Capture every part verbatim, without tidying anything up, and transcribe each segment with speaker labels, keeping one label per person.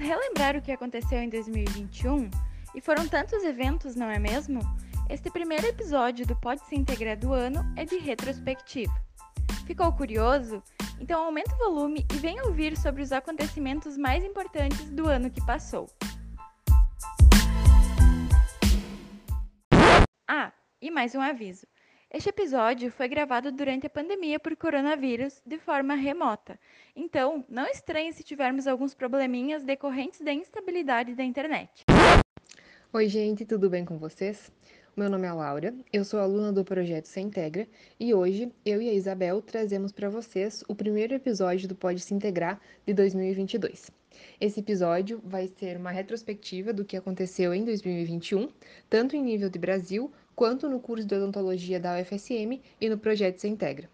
Speaker 1: relembrar o que aconteceu em dois mil e vinte e um? E foram tantos eventos, não é mesmo? Este primeiro episódio do Pode Se Integrar do ano é de retrospectiva. Ficou curioso? Então aumenta o volume e venha ouvir sobre os acontecimentos mais importantes do ano que passou. Ah, e mais um aviso. Este episódio foi gravado durante a pandemia por coronavírus de forma remota. Então, não estranhe se tivermos alguns probleminhas decorrentes da instabilidade da internet.
Speaker 2: Oi, gente, tudo bem com vocês? Meu nome é Laura, eu sou aluna do projeto Se Integra e hoje eu e a Isabel trazemos para vocês o primeiro episódio do Pode Se Integrar de dois mil e vinte e dois. Esse episódio vai ser uma retrospectiva do que aconteceu em dois mil e vinte e um, tanto em nível de Brasil quanto no curso de odontologia da U F S M e no projeto Se Integra.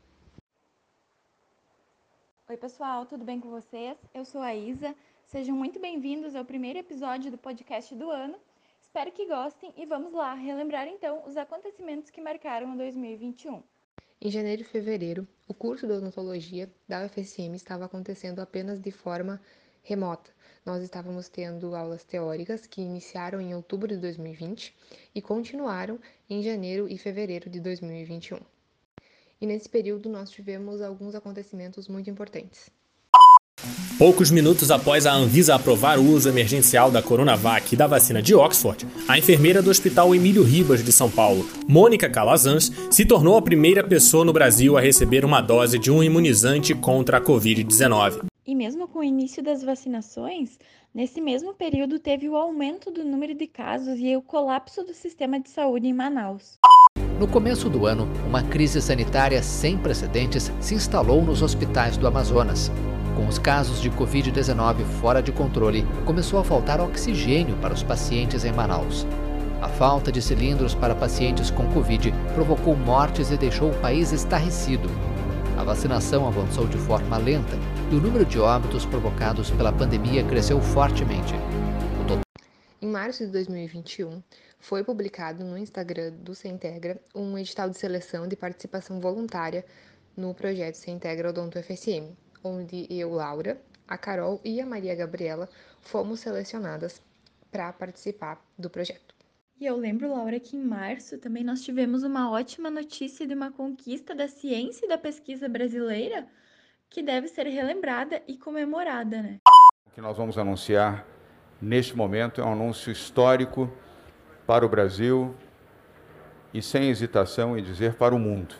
Speaker 1: Oi pessoal, tudo bem com vocês? Eu sou a Isa, sejam muito bem-vindos ao primeiro episódio do podcast do ano. Espero que gostem e vamos lá relembrar então os acontecimentos que marcaram dois mil e vinte e um.
Speaker 2: Em janeiro e fevereiro, o curso de odontologia da U F S M estava acontecendo apenas de forma remota. Nós estávamos tendo aulas teóricas que iniciaram em outubro de dois mil e vinte e continuaram em janeiro e fevereiro de dois mil e vinte e um. E nesse período nós tivemos alguns acontecimentos muito importantes.
Speaker 3: Poucos minutos após a Anvisa aprovar o uso emergencial da Coronavac e da vacina de Oxford, a enfermeira do Hospital Emílio Ribas de São Paulo, Mônica Calazans, se tornou a primeira pessoa no Brasil a receber uma dose de um imunizante contra a covid dezenove.
Speaker 1: E mesmo com o início das vacinações, nesse mesmo período teve o aumento do número de casos e o colapso do sistema de saúde em Manaus.
Speaker 4: No começo do ano, uma crise sanitária sem precedentes se instalou nos hospitais do Amazonas. Com os casos de covid dezenove fora de controle, começou a faltar oxigênio para os pacientes em Manaus. A falta de cilindros para pacientes com Covid provocou mortes e deixou o país estarrecido. A vacinação avançou de forma lenta e o número de óbitos provocados pela pandemia cresceu fortemente.
Speaker 2: Em março de dois mil e vinte e um, foi publicado no Instagram do Se Integra um edital de seleção de participação voluntária no projeto Se Integra Odonto U F S M, onde eu, Laura, a Carol e a Maria Gabriela fomos selecionadas para participar do projeto.
Speaker 1: E eu lembro, Laura, que em março também nós tivemos uma ótima notícia de uma conquista da ciência e da pesquisa brasileira que deve ser relembrada e comemorada, né?
Speaker 5: O que nós vamos anunciar neste momento é um anúncio histórico para o Brasil e sem hesitação em dizer para o mundo.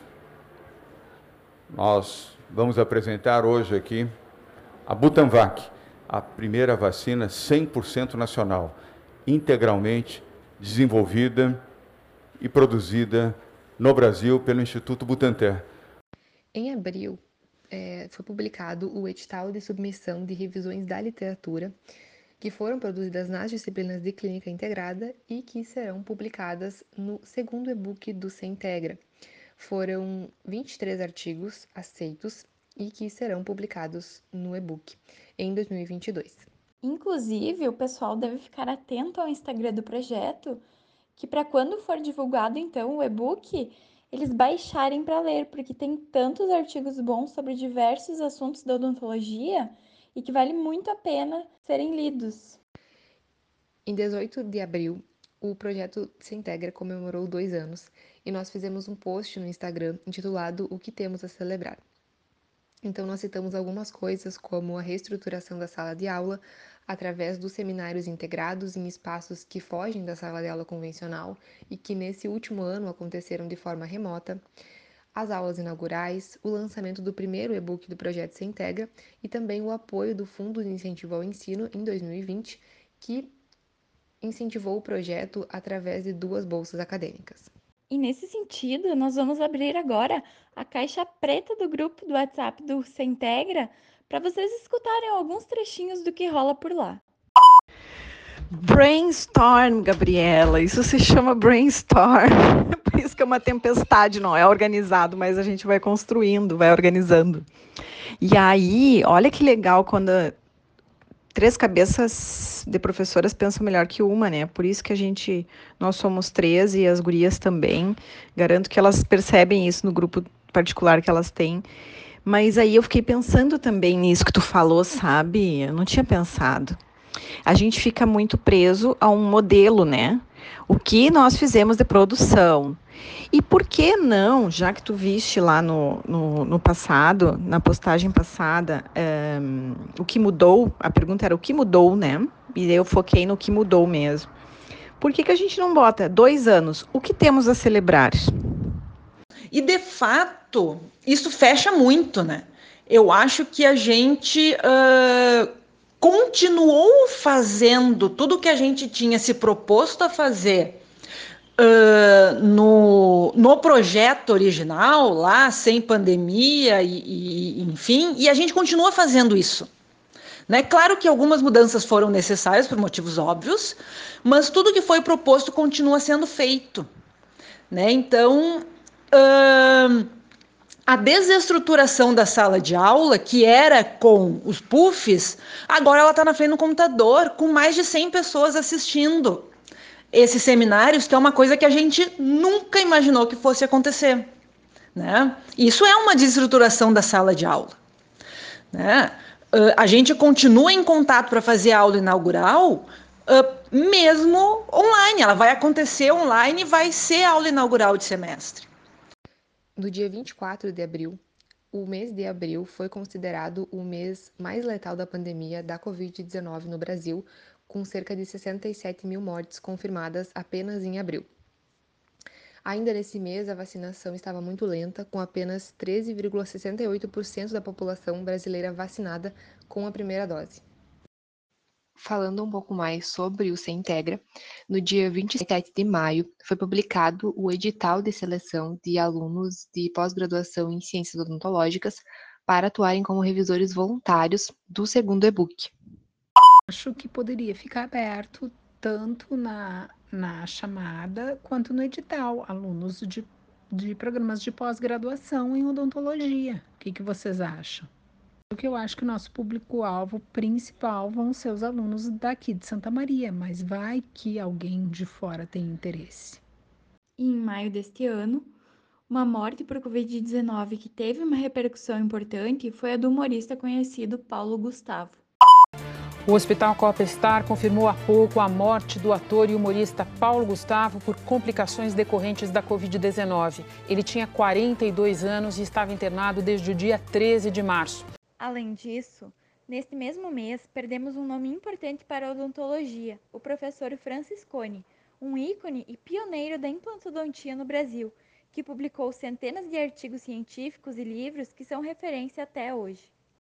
Speaker 5: Nós vamos apresentar hoje aqui a Butanvac, a primeira vacina cem por cento nacional, integralmente desenvolvida e produzida no Brasil pelo Instituto Butantan.
Speaker 2: Em abril, é, foi publicado o edital de submissão de revisões da literatura que foram produzidas nas disciplinas de Clínica Integrada e que serão publicadas no segundo e-book do Se Integra. Foram vinte e três artigos aceitos e que serão publicados no e-book em dois mil e vinte e dois.
Speaker 1: Inclusive, o pessoal deve ficar atento ao Instagram do projeto, que para quando for divulgado então o e-book, eles baixarem para ler, porque tem tantos artigos bons sobre diversos assuntos da odontologia e que vale muito a pena serem lidos.
Speaker 2: Em dezoito de abril, o projeto Se Integra comemorou dois anos e nós fizemos um post no Instagram intitulado O que temos a celebrar. Então, nós citamos algumas coisas como a reestruturação da sala de aula através dos seminários integrados em espaços que fogem da sala de aula convencional e que nesse último ano aconteceram de forma remota, as aulas inaugurais, o lançamento do primeiro e-book do projeto Se Integra e também o apoio do Fundo de Incentivo ao Ensino em dois mil e vinte, que incentivou o projeto através de duas bolsas acadêmicas.
Speaker 1: E nesse sentido, nós vamos abrir agora a caixa preta do grupo do WhatsApp do Se Integra para vocês escutarem alguns trechinhos do que rola por lá.
Speaker 6: Brainstorm, Gabriela, isso se chama brainstorm. Por isso que é uma tempestade, não é organizado, mas a gente vai construindo, vai organizando. E aí, olha que legal quando três cabeças de professoras pensam melhor que uma, né? Por isso que a gente, nós somos três e as gurias também. Garanto que elas percebem isso no grupo particular que elas têm. Mas aí eu fiquei pensando também nisso que tu falou, sabe? Eu não tinha pensado. A gente fica muito preso a um modelo, né? O que nós fizemos de produção. E por que não, já que tu viste lá no, no, no passado, na postagem passada, um, o que mudou, a pergunta era o que mudou, né? E eu foquei no que mudou mesmo. Por que que a gente não bota dois anos? O que temos a celebrar?
Speaker 7: E, de fato, isso fecha muito, né? Eu acho que a gente uh, continuou fazendo tudo o que a gente tinha se proposto a fazer Uh, no, no projeto original, lá sem pandemia, e, e, enfim, e a gente continua fazendo isso. Né? Claro que algumas mudanças foram necessárias por motivos óbvios, mas tudo que foi proposto continua sendo feito. Né? Então, uh, a desestruturação da sala de aula, que era com os puffs, agora ela está na frente do computador, com mais de cem pessoas assistindo esses seminários, que é uma coisa que a gente nunca imaginou que fosse acontecer. Né? Isso é uma desestruturação da sala de aula. Né? Uh, a gente continua em contato para fazer a aula inaugural, uh, mesmo online. Ela vai acontecer online e vai ser a aula inaugural de semestre.
Speaker 2: No dia vinte e quatro de abril, o mês de abril foi considerado o mês mais letal da pandemia da covid dezenove no Brasil, com cerca de sessenta e sete mil mortes confirmadas apenas em abril. Ainda nesse mês, a vacinação estava muito lenta, com apenas treze vírgula sessenta e oito por cento da população brasileira vacinada com a primeira dose. Falando um pouco mais sobre o Centegra, no dia vinte e sete de maio foi publicado o edital de seleção de alunos de pós-graduação em ciências odontológicas para atuarem como revisores voluntários do segundo e-book.
Speaker 8: Acho que poderia ficar aberto tanto na, na chamada quanto no edital, alunos de, de programas de pós-graduação em odontologia. O que, que vocês acham? Porque eu acho que o nosso público-alvo principal vão ser os alunos daqui de Santa Maria, mas vai que alguém de fora tem interesse.
Speaker 1: Em maio deste ano, uma morte por covid dezenove que teve uma repercussão importante foi a do humorista conhecido Paulo Gustavo.
Speaker 9: O Hospital Copa Star confirmou há pouco a morte do ator e humorista Paulo Gustavo por complicações decorrentes da covid dezenove. Ele tinha quarenta e dois anos e estava internado desde o dia treze de março.
Speaker 1: Além disso, neste mesmo mês, perdemos um nome importante para a odontologia, o professor Franciscone, um ícone e pioneiro da implantodontia no Brasil, que publicou centenas de artigos científicos e livros que são referência até hoje.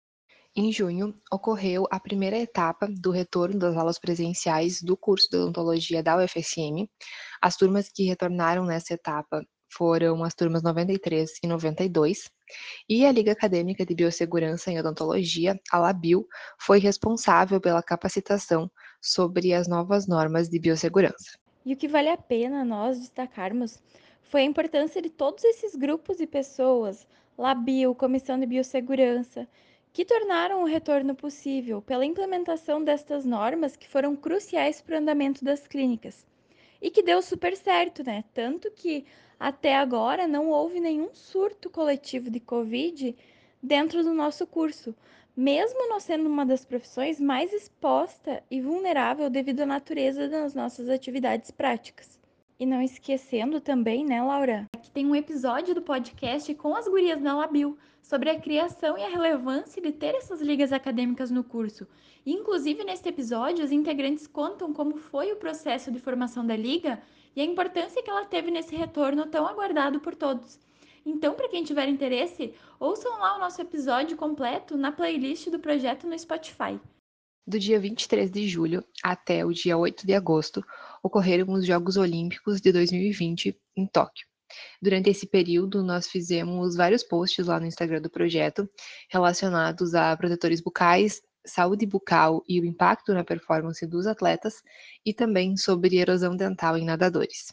Speaker 2: Em junho, ocorreu a primeira etapa do retorno das aulas presenciais do curso de odontologia da U F S M. As turmas que retornaram nessa etapa foram as turmas noventa e três e noventa e dois, e a Liga Acadêmica de Biossegurança em Odontologia, a LABIO, foi responsável pela capacitação sobre as novas normas de biossegurança.
Speaker 1: E o que vale a pena nós destacarmos foi a importância de todos esses grupos e pessoas, LABIO, Comissão de Biossegurança, que tornaram o retorno possível pela implementação destas normas que foram cruciais para o andamento das clínicas. E que deu super certo, né? Tanto que até agora não houve nenhum surto coletivo de Covid dentro do nosso curso, mesmo nós sendo uma das profissões mais exposta e vulnerável devido à natureza das nossas atividades práticas. E não esquecendo também, né, Laura, que tem um episódio do podcast com as gurias da LABIO sobre a criação e a relevância de ter essas ligas acadêmicas no curso. E, inclusive, neste episódio, os integrantes contam como foi o processo de formação da liga e a importância que ela teve nesse retorno tão aguardado por todos. Então, para quem tiver interesse, ouçam lá o nosso episódio completo na playlist do projeto no Spotify.
Speaker 2: Do dia vinte e três de julho até o dia oito de agosto, ocorreram os Jogos Olímpicos de dois mil e vinte em Tóquio. Durante esse período, nós fizemos vários posts lá no Instagram do projeto relacionados a protetores bucais, saúde bucal e o impacto na performance dos atletas, e também sobre erosão dental em nadadores.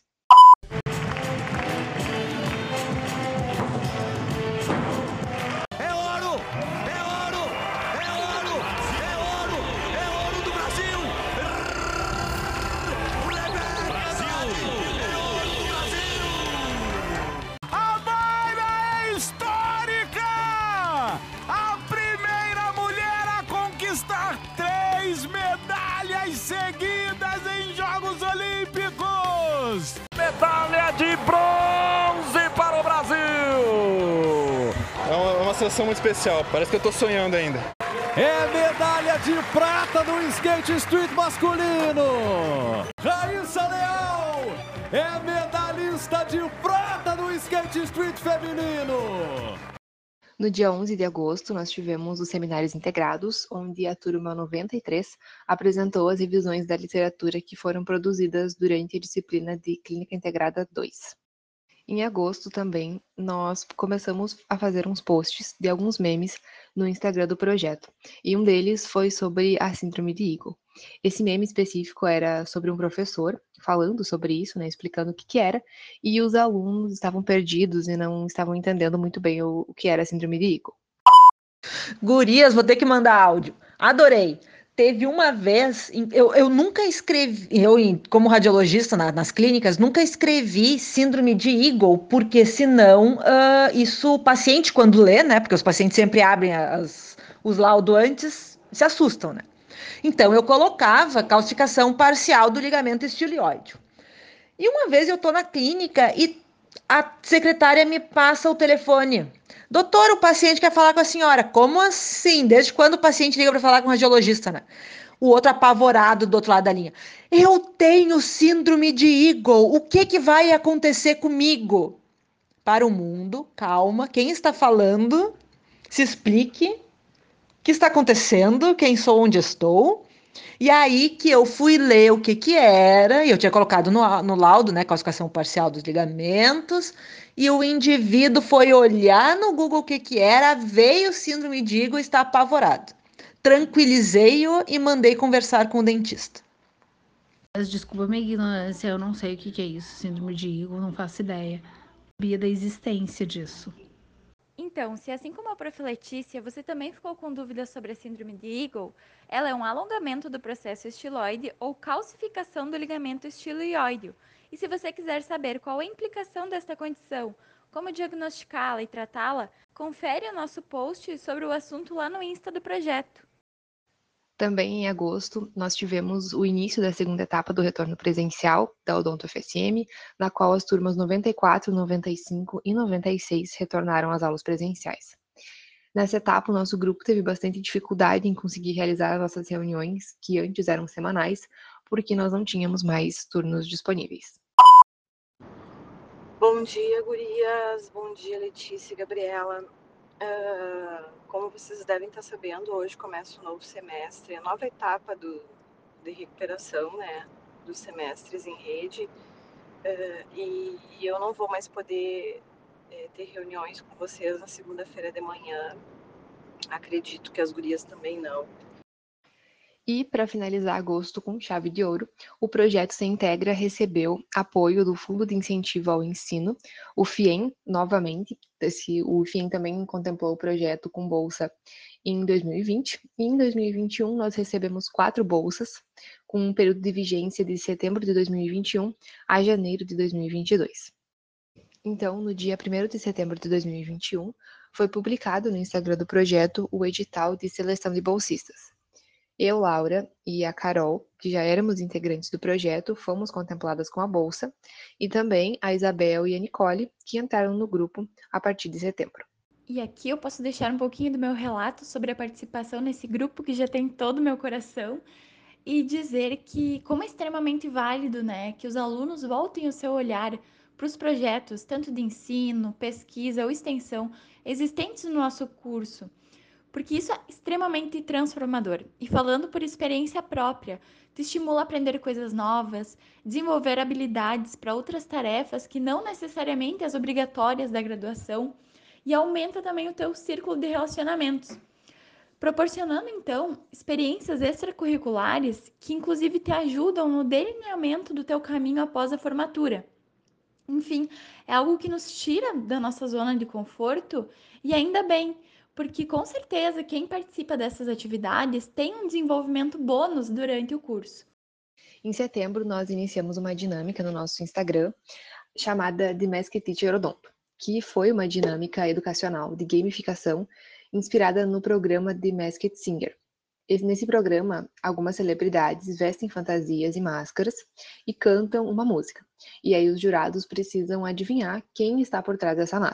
Speaker 10: A primeira mulher a conquistar três medalhas sensação muito especial, parece que eu tô sonhando ainda.
Speaker 11: É medalha de prata no skate street masculino. Raíssa Leal é medalhista de prata no skate street feminino.
Speaker 2: No dia onze de agosto, nós tivemos os seminários integrados, onde a turma noventa e três apresentou as revisões da literatura que foram produzidas durante a disciplina de Clínica Integrada dois. Em agosto também, nós começamos a fazer uns posts de alguns memes no Instagram do projeto, e um deles foi sobre a síndrome de Eagle. Esse meme específico era sobre um professor falando sobre isso, né, explicando o que, que era, e os alunos estavam perdidos e não estavam entendendo muito bem o, o que era a síndrome de Eagle.
Speaker 7: Gurias, vou ter que mandar áudio. Adorei. Teve uma vez, eu, eu nunca escrevi, eu como radiologista na, nas clínicas, nunca escrevi síndrome de Eagle, porque senão uh, isso o paciente quando lê, né, porque os pacientes sempre abrem as, os laudos antes, se assustam, né. Então eu colocava calcificação parcial do ligamento estiloide. E uma vez eu tô na clínica e a secretária me passa o telefone. Doutor, o paciente quer falar com a senhora. Como assim? Desde quando o paciente liga para falar com o radiologista, né? O outro apavorado do outro lado da linha. Eu tenho síndrome de Eagle. O que, que vai acontecer comigo? Para o mundo, calma. Quem está falando? Se explique. O que está acontecendo? Quem sou? Onde estou? E aí que eu fui ler o que que era, e eu tinha colocado no, no laudo, né, calcificação parcial dos ligamentos, e o indivíduo foi olhar no Google o que que era, veio síndrome de Eagle e está apavorado. Tranquilizei-o e mandei conversar com o dentista.
Speaker 8: Mas desculpa minha ignorância, eu não sei o que que é isso, síndrome de Eagle, não faço ideia. Sabia da existência disso.
Speaker 1: Então, se assim como a prof. Letícia, você também ficou com dúvidas sobre a síndrome de Eagle, ela é um alongamento do processo estiloide ou calcificação do ligamento estiloide. E se você quiser saber qual a implicação desta condição, como diagnosticá-la e tratá-la, confere o nosso post sobre o assunto lá no Insta do projeto.
Speaker 2: Também em agosto, nós tivemos o início da segunda etapa do retorno presencial da Odonto F S M, na qual as turmas noventa e quatro, noventa e cinco e noventa e seis retornaram às aulas presenciais. Nessa etapa, o nosso grupo teve bastante dificuldade em conseguir realizar as nossas reuniões, que antes eram semanais, porque nós não tínhamos mais turnos disponíveis.
Speaker 12: Bom dia, gurias. Bom dia, Letícia e Gabriela. Uh, como vocês devem estar sabendo, hoje começa o novo semestre, a nova etapa do, de recuperação, né, dos semestres em rede, uh, e, e eu não vou mais poder é, ter reuniões com vocês na segunda-feira de manhã. Acredito que as gurias também não.
Speaker 2: E, para finalizar agosto com chave de ouro, o projeto Se Integra recebeu apoio do Fundo de Incentivo ao Ensino, o FIEM, novamente. Esse, o FIEM também contemplou o projeto com bolsa em dois mil e vinte, e em dois mil e vinte e um nós recebemos quatro bolsas, com um período de vigência de setembro de dois mil e vinte e um a janeiro de dois mil e vinte e dois. Então, no dia primeiro de setembro de dois mil e vinte e um, foi publicado no Instagram do projeto o edital de seleção de bolsistas. Eu, Laura e a Carol, que já éramos integrantes do projeto, fomos contempladas com a bolsa, e também a Isabel e a Nicole, que entraram no grupo a partir de setembro.
Speaker 1: E aqui eu posso deixar um pouquinho do meu relato sobre a participação nesse grupo que já tem todo o meu coração e dizer que como é extremamente válido, né, que os alunos voltem o seu olhar para os projetos, tanto de ensino, pesquisa ou extensão, existentes no nosso curso, porque isso é extremamente transformador. E falando por experiência própria, te estimula a aprender coisas novas, desenvolver habilidades para outras tarefas que não necessariamente as obrigatórias da graduação, e aumenta também o teu círculo de relacionamentos, proporcionando então experiências extracurriculares que inclusive te ajudam no delineamento do teu caminho após a formatura. Enfim, é algo que nos tira da nossa zona de conforto, e ainda bem, porque com certeza quem participa dessas atividades tem um desenvolvimento bônus durante o curso.
Speaker 2: Em setembro, nós iniciamos uma dinâmica no nosso Instagram chamada The Masked Teacher Odonto, que foi uma dinâmica educacional de gamificação inspirada no programa The Masked Singer. Nesse programa, algumas celebridades vestem fantasias e máscaras e cantam uma música. E aí os jurados precisam adivinhar quem está por trás dessa máscara.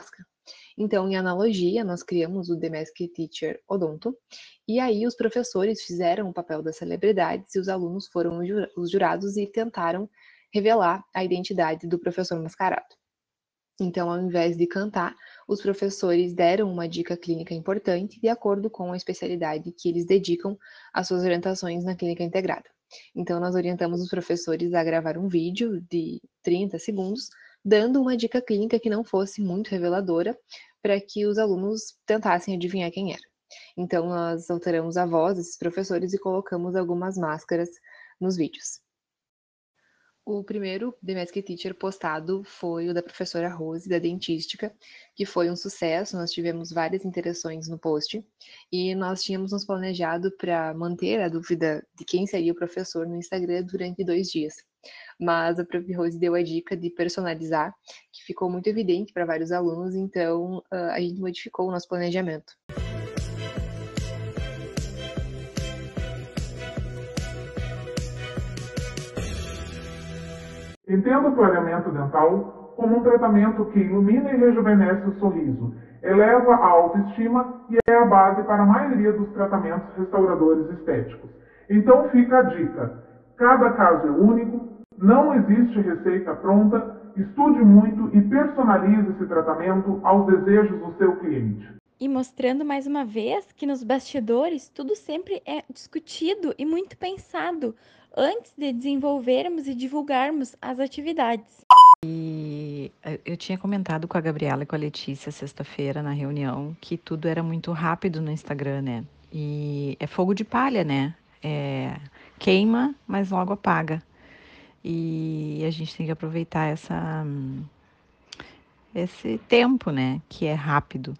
Speaker 2: Então, em analogia, nós criamos o The Masked Teacher Odonto, e aí os professores fizeram o papel das celebridades e os alunos foram os jurados e tentaram revelar a identidade do professor mascarado. Então, ao invés de cantar, os professores deram uma dica clínica importante de acordo com a especialidade que eles dedicam às suas orientações na clínica integrada. Então, nós orientamos os professores a gravar um vídeo de trinta segundos, dando uma dica clínica que não fosse muito reveladora, para que os alunos tentassem adivinhar quem era. Então, nós alteramos a voz desses professores e colocamos algumas máscaras nos vídeos. O primeiro The Masked Teacher postado foi o da professora Rose, da dentística, que foi um sucesso. Nós tivemos várias interações no post e nós tínhamos nos planejado para manter a dúvida de quem seria o professor no Instagram durante dois dias. Mas a própria Rose deu a dica de personalizar, que ficou muito evidente para vários alunos, então a gente modificou o nosso planejamento.
Speaker 13: Entenda o clareamento dental como um tratamento que ilumina e rejuvenesce o sorriso, eleva a autoestima e é a base para a maioria dos tratamentos restauradores estéticos. Então fica a dica, cada caso é único, não existe receita pronta, estude muito e personalize esse tratamento aos desejos do seu cliente.
Speaker 1: E mostrando mais uma vez que nos bastidores tudo sempre é discutido e muito pensado antes de desenvolvermos e divulgarmos as atividades.
Speaker 6: E eu tinha comentado com a Gabriela e com a Letícia sexta-feira na reunião que tudo era muito rápido no Instagram, né? E é fogo de palha, né? É, queima, mas logo apaga. E a gente tem que aproveitar essa, esse tempo, né? Que é rápido.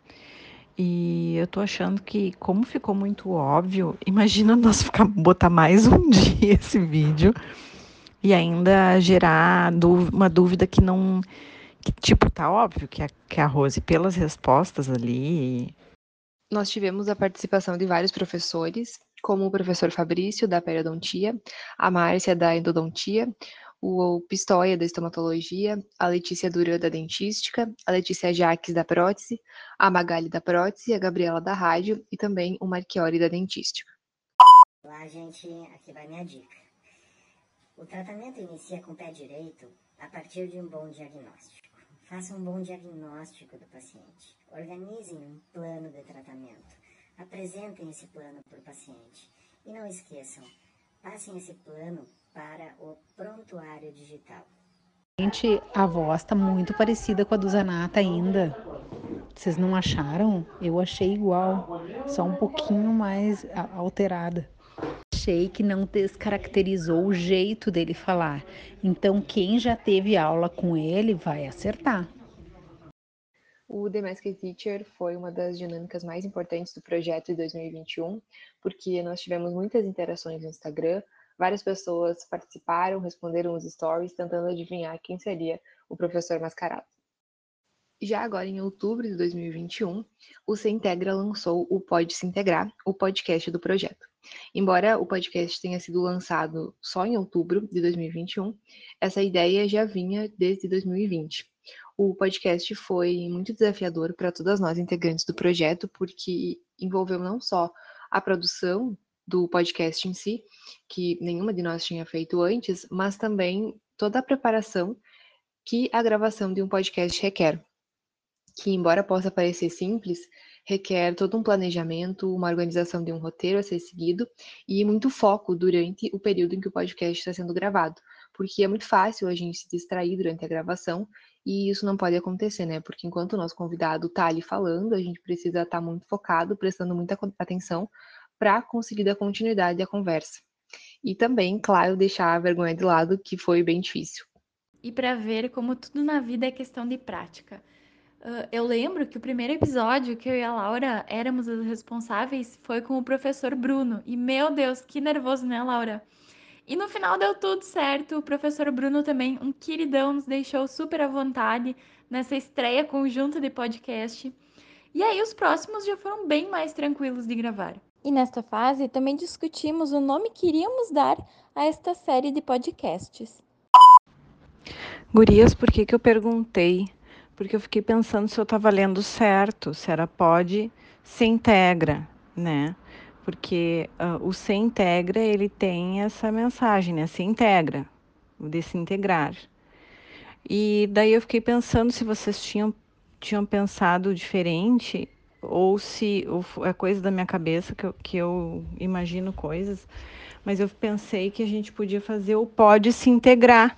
Speaker 6: E eu tô achando que, como ficou muito óbvio, imagina nós ficar, botar mais um dia esse vídeo e ainda gerar uma dúvida que não... Que, tipo, tá óbvio que a, que a Rose, pelas respostas ali...
Speaker 2: Nós tivemos a participação de vários professores, como o professor Fabrício, da periodontia, a Márcia, da endodontia, o Pistoia, da estomatologia, a Letícia Duran, da dentística, a Letícia Jaques, da prótese, a Magali, da prótese, a Gabriela, da rádio e também o Marchiori, da dentística.
Speaker 14: Olá, gente, aqui vai minha dica. O tratamento inicia com o pé direito a partir de um bom diagnóstico. Faça um bom diagnóstico do paciente. Organizem um plano de tratamento. Apresentem esse plano para o paciente. E não esqueçam, passem esse plano para o prontuário digital.
Speaker 8: Gente, a voz está muito parecida com a do Zanata ainda. Vocês não acharam? Eu achei igual, só um pouquinho mais alterada. Achei que não descaracterizou o jeito dele falar. Então, quem já teve aula com ele vai acertar.
Speaker 2: O The Masked Teacher foi uma das dinâmicas mais importantes do projeto de dois mil e vinte e um, porque nós tivemos muitas interações no Instagram, várias pessoas participaram, responderam os stories, tentando adivinhar quem seria o professor mascarado. Já agora, em outubro de dois mil e vinte e um, o Se Integra lançou o Pode Se Integrar, o podcast do projeto. Embora o podcast tenha sido lançado só em outubro de dois mil e vinte e um, essa ideia já vinha desde dois mil e vinte. O podcast foi muito desafiador para todas nós integrantes do projeto, porque envolveu não só a produção do podcast em si, que nenhuma de nós tinha feito antes, mas também toda a preparação que a gravação de um podcast requer, que, embora possa parecer simples, requer todo um planejamento, uma organização de um roteiro a ser seguido e muito foco durante o período em que o podcast está sendo gravado, porque é muito fácil a gente se distrair durante a gravação e isso não pode acontecer, né? Porque enquanto o nosso convidado está ali falando, a gente precisa estar muito focado, prestando muita atenção para conseguir dar continuidade à conversa. E também, claro, deixar a vergonha de lado, que foi bem difícil.
Speaker 1: E para ver como tudo na vida é questão de prática. Uh, eu lembro que o primeiro episódio que eu e a Laura éramos os responsáveis foi com o professor Bruno. E, meu Deus, que nervoso, né, Laura? E no final deu tudo certo. O professor Bruno também, um queridão, nos deixou super à vontade nessa estreia conjunta de podcast. E aí os próximos já foram bem mais tranquilos de gravar. E nesta fase também discutimos o nome que iríamos dar a esta série de podcasts.
Speaker 6: Gurias, por que que eu perguntei porque eu fiquei pensando se eu estava lendo certo, se era pode se integra, né? Porque uh, o se integra, ele tem essa mensagem, né? Se integra, o desintegrar. E daí eu fiquei pensando se vocês tinham, tinham pensado diferente, ou se ou é coisa da minha cabeça que eu, que eu imagino coisas, mas eu pensei que a gente podia fazer o pode se integrar,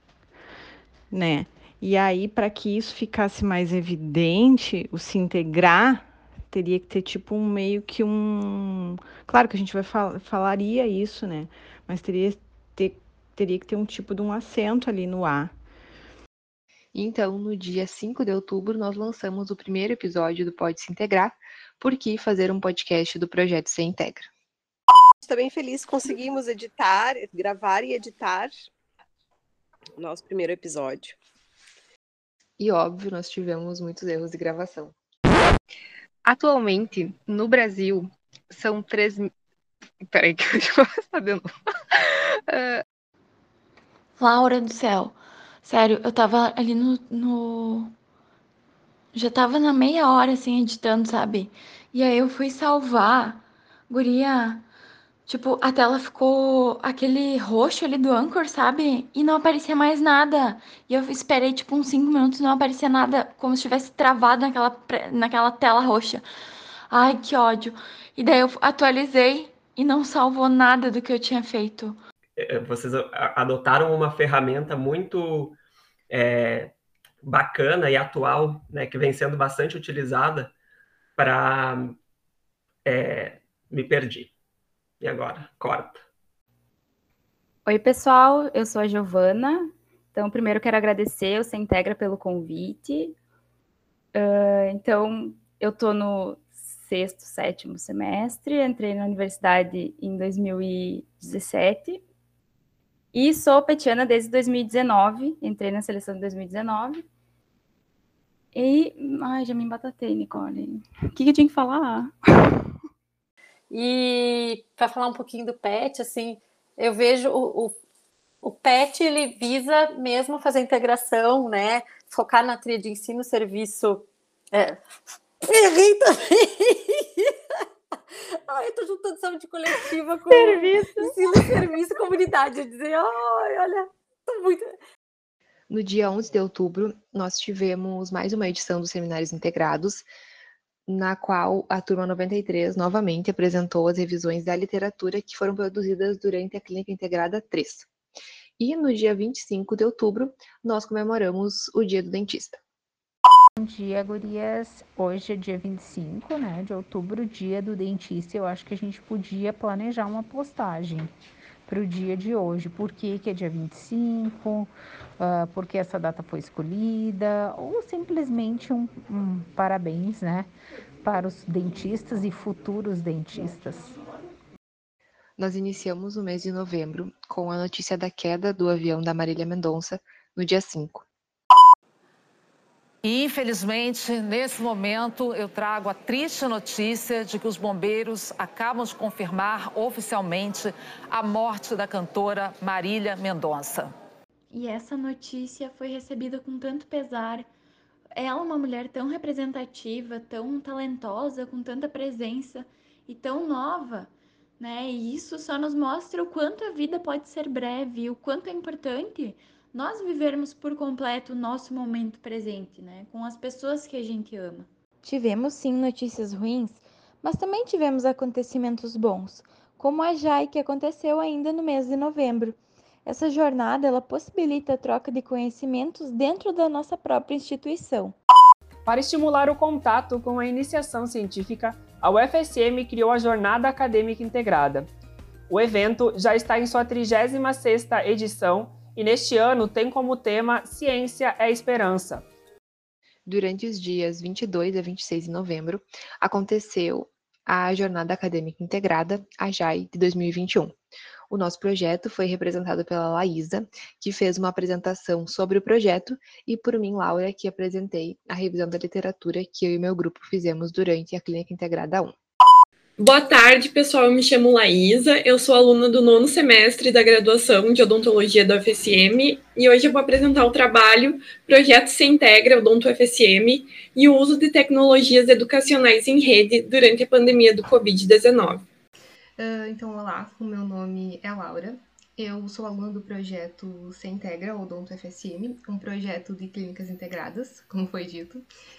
Speaker 6: né? E aí, para que isso ficasse mais evidente, o se integrar teria que ter tipo um meio que um... Claro que a gente vai fal falaria isso, né? Mas teria, ter, teria que ter um tipo de um acento ali no A.
Speaker 2: Então, no dia cinco de outubro, nós lançamos o primeiro episódio do Pode Se Integrar, Por que fazer um podcast do projeto Se Integra.
Speaker 15: Estou bem feliz, conseguimos editar, gravar e editar o nosso primeiro episódio.
Speaker 2: E óbvio, nós tivemos muitos erros de gravação. Atualmente, no Brasil, são três... Peraí, que eu vou passar de novo. uh...
Speaker 1: Laura do céu, sério, eu tava ali no, no... Já tava na meia hora, assim, editando, sabe? E aí eu fui salvar, guria... Tipo, a tela ficou aquele roxo ali do Anchor, sabe? E não aparecia mais nada. E eu esperei, tipo, uns cinco minutos e não aparecia nada, como se tivesse travado naquela, naquela tela roxa. Ai, que ódio. E daí eu atualizei e não salvou nada do que eu tinha feito.
Speaker 16: Vocês adotaram uma ferramenta muito é, bacana e atual, né, que vem sendo bastante utilizada para... É, me perdi. E agora? Corta.
Speaker 17: Oi, pessoal. Eu sou a Giovana. Então, primeiro quero agradecer o Se Integra pelo convite. Uh, então, eu estou no sexto, sétimo semestre. Entrei na universidade em dois mil e dezessete. E sou petiana desde dois mil e dezenove. Entrei na seleção de dois mil e dezenove. E... Ai, já me embatatei, Nicole. O que, que eu tinha que falar?
Speaker 18: E para falar um pouquinho do P E T, assim, eu vejo o, o, o P E T, ele visa mesmo fazer integração, né? Focar na tríade de ensino, serviço. É... Errei também! Ai, eu tô juntando saúde coletiva com
Speaker 17: serviço.
Speaker 18: ensino, serviço, comunidade. Eu dizer, ai, olha, tô muito.
Speaker 2: No dia onze de outubro, nós tivemos mais uma edição dos Seminários Integrados, na qual a turma noventa e três novamente apresentou as revisões da literatura que foram produzidas durante a Clínica Integrada três. E no dia vinte e cinco de outubro, nós comemoramos o Dia do Dentista.
Speaker 8: Bom dia, gurias. Hoje é dia vinte e cinco, né, de outubro, Dia do Dentista. Eu acho que a gente podia planejar uma postagem para o dia de hoje. Por que que é dia vinte e cinco? Uh, por que essa data foi escolhida? Ou simplesmente um, um parabéns, né, para os dentistas e futuros dentistas.
Speaker 2: Nós iniciamos o mês de novembro com a notícia da queda do avião da Marília Mendonça no dia cinco.
Speaker 19: E, infelizmente, nesse momento, eu trago a triste notícia de que os bombeiros acabam de confirmar oficialmente a morte da cantora Marília Mendonça.
Speaker 1: E essa notícia foi recebida com tanto pesar. Ela é uma mulher tão representativa, tão talentosa, com tanta presença e tão nova, né? E isso só nos mostra o quanto a vida pode ser breve, o quanto é importante nós vivermos por completo o nosso momento presente, né? Com as pessoas que a gente ama. Tivemos sim notícias ruins, mas também tivemos acontecimentos bons, como a Jai, que aconteceu ainda no mês de novembro. Essa jornada, ela possibilita a troca de conhecimentos dentro da nossa própria instituição.
Speaker 20: Para estimular o contato com a iniciação científica, a U F S M criou a Jornada Acadêmica Integrada. O evento já está em sua trigésima sexta edição e neste ano tem como tema Ciência é Esperança.
Speaker 2: Durante os dias vinte e dois a vinte e seis de novembro, aconteceu a Jornada Acadêmica Integrada, a Jai, de dois mil e vinte e um. O nosso projeto foi representado pela Laísa, que fez uma apresentação sobre o projeto, e por mim, Laura, que apresentei a revisão da literatura que eu e meu grupo fizemos durante a Clínica Integrada um.
Speaker 21: Boa tarde, pessoal. Eu me chamo Laísa, eu sou aluna do nono semestre da graduação de odontologia da U F S M e hoje eu vou apresentar o trabalho Projeto Se Integra Odonto U F S M e o uso de tecnologias educacionais em rede durante a pandemia do covid dezenove.
Speaker 2: Uh, então, olá, o meu nome é Laura, eu sou aluna do projeto Se Integra Odonto U F S M, um projeto de clínicas integradas, como foi dito.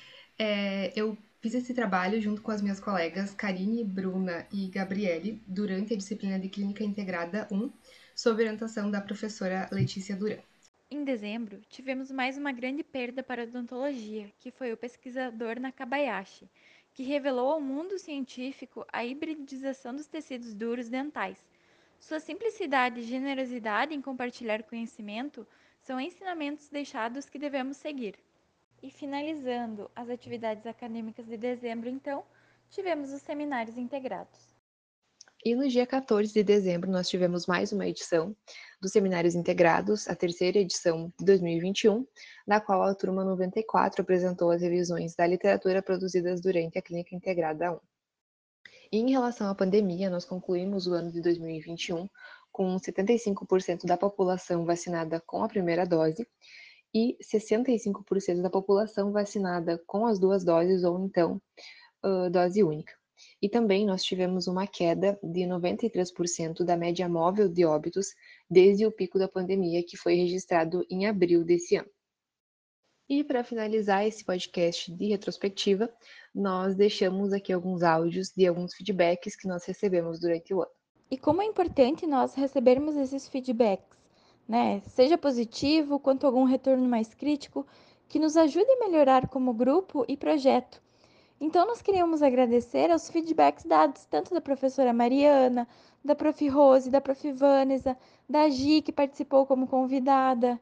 Speaker 2: É, eu fiz esse trabalho junto com as minhas colegas Karine, Bruna e Gabriele durante a disciplina de Clínica Integrada um, sob orientação da professora Letícia Duran.
Speaker 1: Em dezembro, tivemos mais uma grande perda para a odontologia, que foi o pesquisador Nakabayashi, que revelou ao mundo científico a hibridização dos tecidos duros dentais. Sua simplicidade e generosidade em compartilhar conhecimento são ensinamentos deixados que devemos seguir. E finalizando as atividades acadêmicas de dezembro, então, tivemos os seminários integrados.
Speaker 2: E no dia quatorze de dezembro, nós tivemos mais uma edição dos Seminários Integrados, a terceira edição de dois mil e vinte e um, na qual a turma noventa e quatro apresentou as revisões da literatura produzidas durante a Clínica Integrada um. E em relação à pandemia, nós concluímos o ano de dois mil e vinte e um com setenta e cinco por cento da população vacinada com a primeira dose e sessenta e cinco por cento da população vacinada com as duas doses ou então uh, dose única. E também nós tivemos uma queda de noventa e três por cento da média móvel de óbitos desde o pico da pandemia, que foi registrado em abril desse ano. E para finalizar esse podcast de retrospectiva, nós deixamos aqui alguns áudios de alguns feedbacks que nós recebemos durante o ano.
Speaker 1: E como é importante nós recebermos esses feedbacks, né? Seja positivo, quanto algum retorno mais crítico, que nos ajude a melhorar como grupo e projeto. Então, nós queríamos agradecer aos feedbacks dados tanto da professora Mariana, da prof Rose, da prof Vanessa, da Gi, que participou como convidada.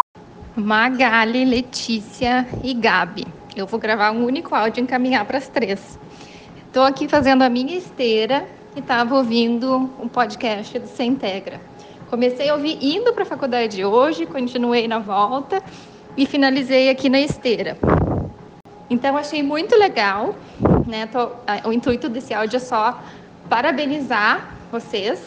Speaker 22: Magali, Letícia e Gabi. Eu vou gravar um único áudio e encaminhar para as três. Estou aqui fazendo a minha esteira e estava ouvindo um podcast do Se Integra. Comecei a ouvir indo para a faculdade hoje, continuei na volta e finalizei aqui na esteira. Então, achei muito legal, né? Tô, o intuito desse áudio é só parabenizar vocês.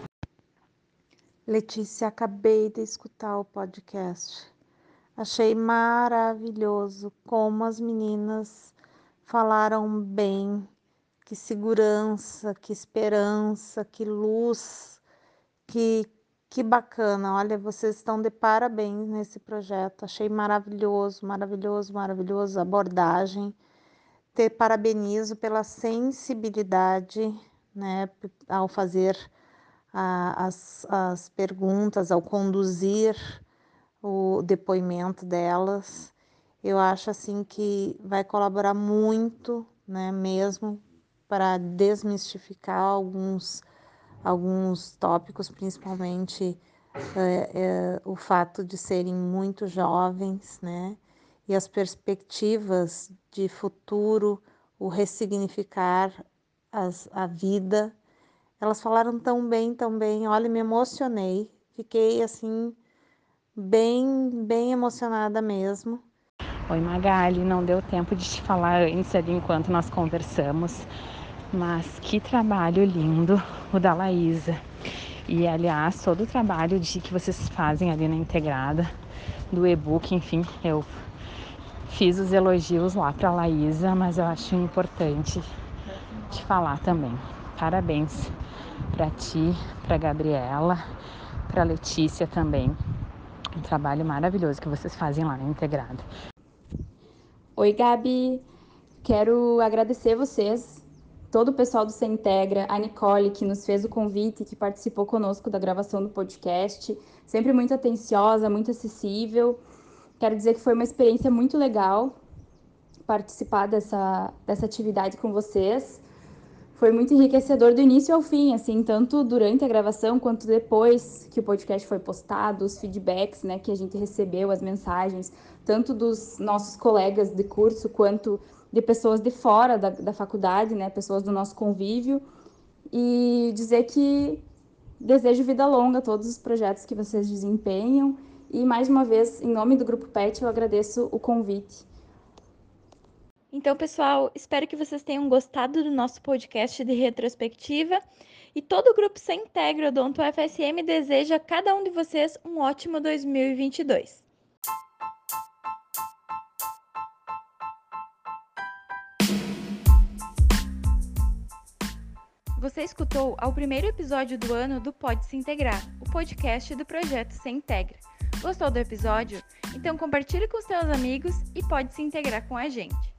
Speaker 23: Letícia, acabei de escutar o podcast. Achei maravilhoso como as meninas falaram bem, que segurança, que esperança, que luz, que, que bacana. Olha, vocês estão de parabéns nesse projeto. Achei maravilhoso, maravilhoso, maravilhoso a abordagem. Te parabenizo pela sensibilidade, né, ao fazer a, as, as perguntas, ao conduzir o depoimento delas. Eu acho assim que vai colaborar muito, né, mesmo para desmistificar alguns, alguns tópicos, principalmente é, é, o fato de serem muito jovens, né, e as perspectivas de futuro, o ressignificar as, a vida. Elas falaram tão bem, tão bem. Olha, me emocionei. Fiquei assim bem, bem emocionada mesmo.
Speaker 24: Oi, Magali, não deu tempo de te falar antes ali enquanto nós conversamos, mas que trabalho lindo o da Laísa. E, aliás, todo o trabalho de que vocês fazem ali na Integrada, do e-book, enfim, eu fiz os elogios lá para a Laísa, mas eu acho importante te falar também. Parabéns para ti, para Gabriela, para Letícia também. Um trabalho maravilhoso que vocês fazem lá na Integrada.
Speaker 17: Oi, Gabi. Quero agradecer vocês, todo o pessoal do Se Integra, a Nicole, que nos fez o convite, que participou conosco da gravação do podcast, sempre muito atenciosa, muito acessível. Quero dizer que foi uma experiência muito legal participar dessa, dessa atividade com vocês. Foi muito enriquecedor do início ao fim, assim, tanto durante a gravação quanto depois que o podcast foi postado, os feedbacks, né, que a gente recebeu, as mensagens, tanto dos nossos colegas de curso quanto de pessoas de fora da, da faculdade, né, pessoas do nosso convívio, e dizer que desejo vida longa a todos os projetos que vocês desempenham e, mais uma vez, em nome do Grupo P E T, eu agradeço o convite.
Speaker 1: Então, pessoal, espero que vocês tenham gostado do nosso podcast de retrospectiva. E todo o grupo Se Integra Odonto U F S M deseja a cada um de vocês um ótimo dois mil e vinte e dois. Você escutou ao primeiro episódio do ano do Pode Se Integrar, o podcast do projeto Se Integra. Gostou do episódio? Então compartilhe com seus amigos e pode se integrar com a gente.